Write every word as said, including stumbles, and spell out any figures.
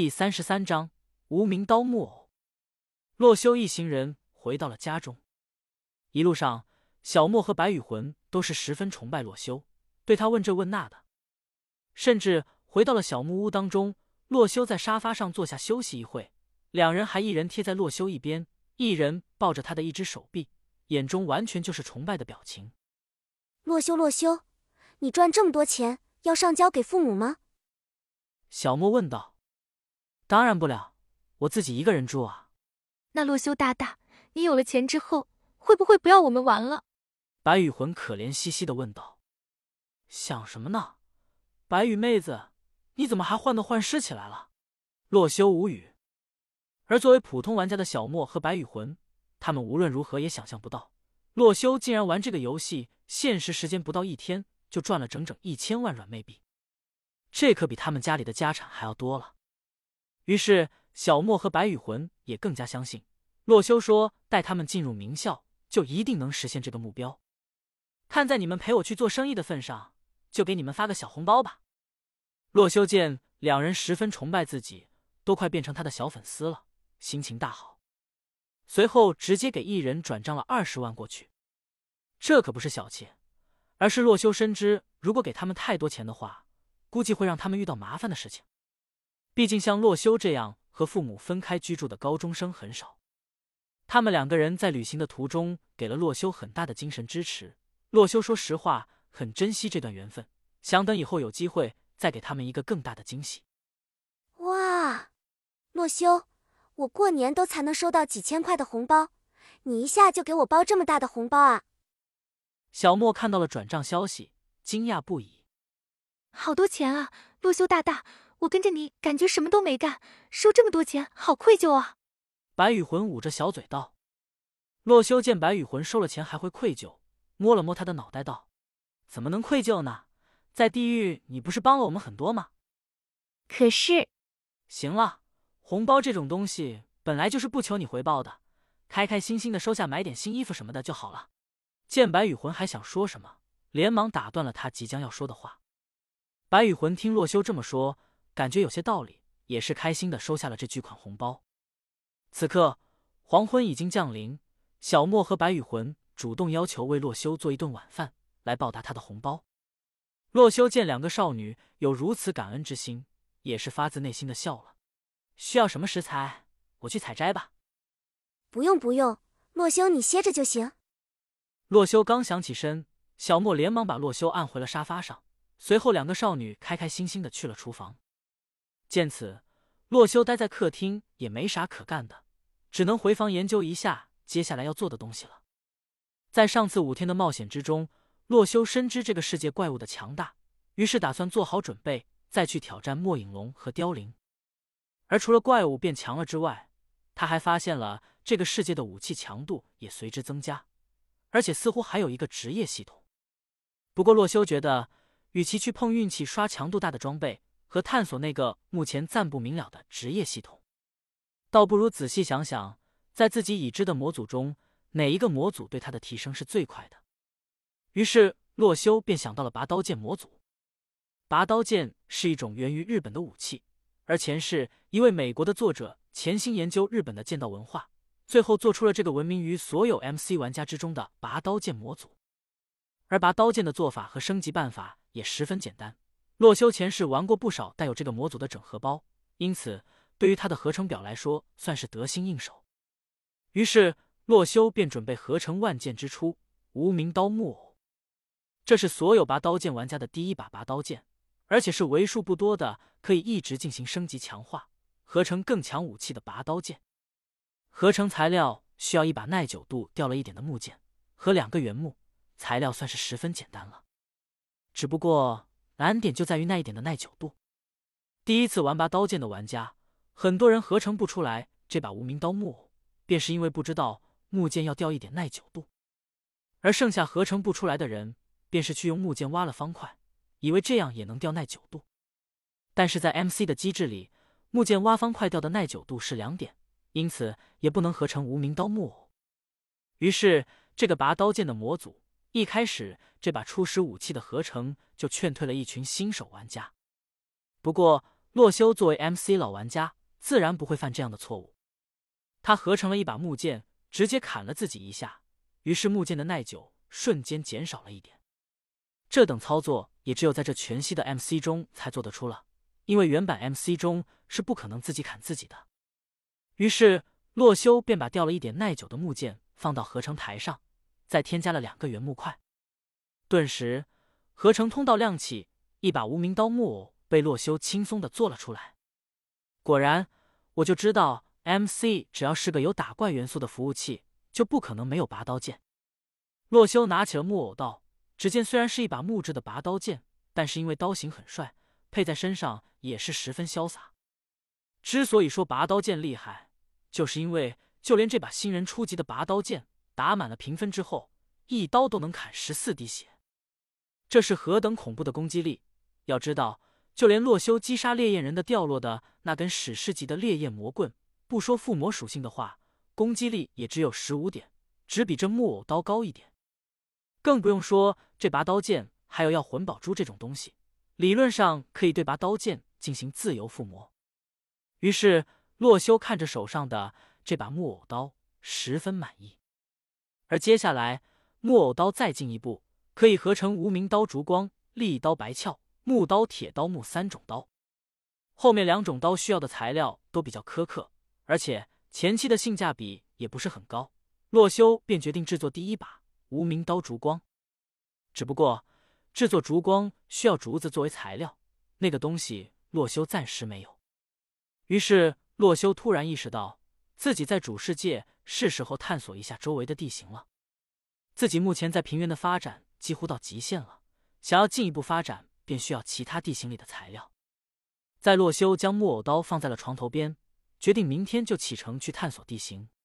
第三十三章无名刀木偶。洛修一行人回到了家中，一路上，小莫和白羽魂都是十分崇拜洛修，对他问这问那的。甚至回到了小木屋当中，洛修在沙发上坐下休息一会，两人还一人贴在洛修一边，一人抱着他的一只手臂，眼中完全就是崇拜的表情。 洛修，洛修，你赚这么多钱，要上交给父母吗？ 小莫问道。当然不了，我自己一个人住啊。 那洛修大大，你有了钱之后，会不会不要我们玩了？ 白羽魂可怜兮兮地问道。想什么呢？白羽妹子，你怎么还患得患失起来了？洛修无语。而作为普通玩家的小莫和白羽魂，他们无论如何也想象不到，洛修竟然玩这个游戏，限时时间不到一天就赚了整整一千万软妹币，这可比他们家里的家产还要多了。于是小莫和白羽魂也更加相信，洛修说带他们进入名校，就一定能实现这个目标。看在你们陪我去做生意的份上，就给你们发个小红包吧。洛修见两人十分崇拜自己，都快变成他的小粉丝了，心情大好。随后直接给一人转账了二十万过去。这可不是小气，而是洛修深知，如果给他们太多钱的话，估计会让他们遇到麻烦的事情。毕竟像洛修这样和父母分开居住的高中生很少。他们两个人在旅行的途中给了洛修很大的精神支持。洛修说实话很珍惜这段缘分，想等以后有机会再给他们一个更大的惊喜。 哇，洛修，我过年都才能收到几千块的红包，你一下就给我包这么大的红包啊！ 小莫看到了转账消息，惊讶不已。 好多钱啊，洛修大大，我跟着你感觉什么都没干，收这么多钱好愧疚啊。 白羽魂捂着小嘴道。洛修见白羽魂收了钱还会愧疚，摸了摸他的脑袋道，怎么能愧疚呢？在地狱你不是帮了我们很多吗？ 可是行了，红包这种东西本来就是不求你回报的，开开心心的收下买点新衣服什么的就好了。见白羽魂还想说什么，连忙打断了他即将要说的话。白羽魂听洛修这么说，感觉有些道理，也是开心的收下了这巨款红包。此刻黄昏已经降临，小莫和白羽魂主动要求为洛修做一顿晚饭，来报答他的红包。洛修见两个少女有如此感恩之心，也是发自内心的笑了。需要什么食材，我去采摘吧。 不用不用，洛修你歇着就行。 洛修刚想起身，小莫连忙把洛修按回了沙发上，随后两个少女开开心心的去了厨房。见此，洛修待在客厅也没啥可干的，只能回房研究一下接下来要做的东西了。在上次五天的冒险之中，洛修深知这个世界怪物的强大，于是打算做好准备，再去挑战末影龙和凋零。而除了怪物变强了之外，他还发现了这个世界的武器强度也随之增加，而且似乎还有一个职业系统。不过洛修觉得，与其去碰运气刷强度大的装备和探索那个目前暂不明了的职业系统，倒不如仔细想想，在自己已知的模组中，哪一个模组对他的提升是最快的。于是洛修便想到了拔刀剑模组。拔刀剑是一种源于日本的武器，而前世一位美国的作者潜心研究日本的剑道文化，最后做出了这个闻名于所有 M C 玩家之中的拔刀剑模组。而拔刀剑的做法和升级办法也十分简单，洛修前世玩过不少带有这个模组的整合包，因此对于他的合成表来说算是得心应手。于是洛修便准备合成万剑之初无名刀木偶。这是所有拔刀剑玩家的第一把拔刀剑，而且是为数不多的可以一直进行升级强化合成更强武器的拔刀剑。合成材料需要一把耐久度掉了一点的木剑和两个原木，材料算是十分简单了。只不过难点就在于那一点的耐久度。第一次玩拔刀剑的玩家，很多人合成不出来这把无名刀木偶，便是因为不知道木剑要掉一点耐久度。而剩下合成不出来的人，便是去用木剑挖了方块，以为这样也能掉耐久度。但是在 M C 的机制里，木剑挖方块掉的耐久度是两点，因此也不能合成无名刀木偶。于是这个拔刀剑的模组，一开始这把初始武器的合成就劝退了一群新手玩家。不过洛修作为 M C 老玩家，自然不会犯这样的错误。他合成了一把木剑，直接砍了自己一下，于是木剑的耐久瞬间减少了一点。这等操作也只有在这全息的 M C 中才做得出了，因为原版 M C 中是不可能自己砍自己的。于是洛修便把掉了一点耐久的木剑放到合成台上，再添加了两个原木块。顿时合成通道亮起，一把无名刀木偶被洛修轻松地做了出来。果然，我就知道 M C 只要是个有打怪元素的服务器，就不可能没有拔刀剑。洛修拿起了木偶刀，只见虽然是一把木质的拔刀剑，但是因为刀型很帅，配在身上也是十分潇洒。之所以说拔刀剑厉害，就是因为就连这把新人初级的拔刀剑打满了评分之后，一刀都能砍十四滴血。这是何等恐怖的攻击力！要知道，就连洛修击杀烈焰人的掉落的那根史诗级的烈焰魔棍，不说附魔属性的话，攻击力也只有十五点，只比这木偶刀高一点。更不用说这拔刀剑还有要魂宝珠这种东西，理论上可以对拔刀剑进行自由附魔。于是洛修看着手上的这把木偶刀，十分满意。而接下来木偶刀再进一步，可以合成无名刀烛光、利刀白鞘、木刀铁刀木三种刀。后面两种刀需要的材料都比较苛刻，而且前期的性价比也不是很高，洛修便决定制作第一把无名刀烛光。只不过制作烛光需要竹子作为材料，那个东西洛修暂时没有。于是洛修突然意识到，自己在主世界是时候探索一下周围的地形了。自己目前在平原的发展几乎到极限了，想要进一步发展，便需要其他地形里的材料。在洛修将木偶刀放在了床头边，决定明天就启程去探索地形。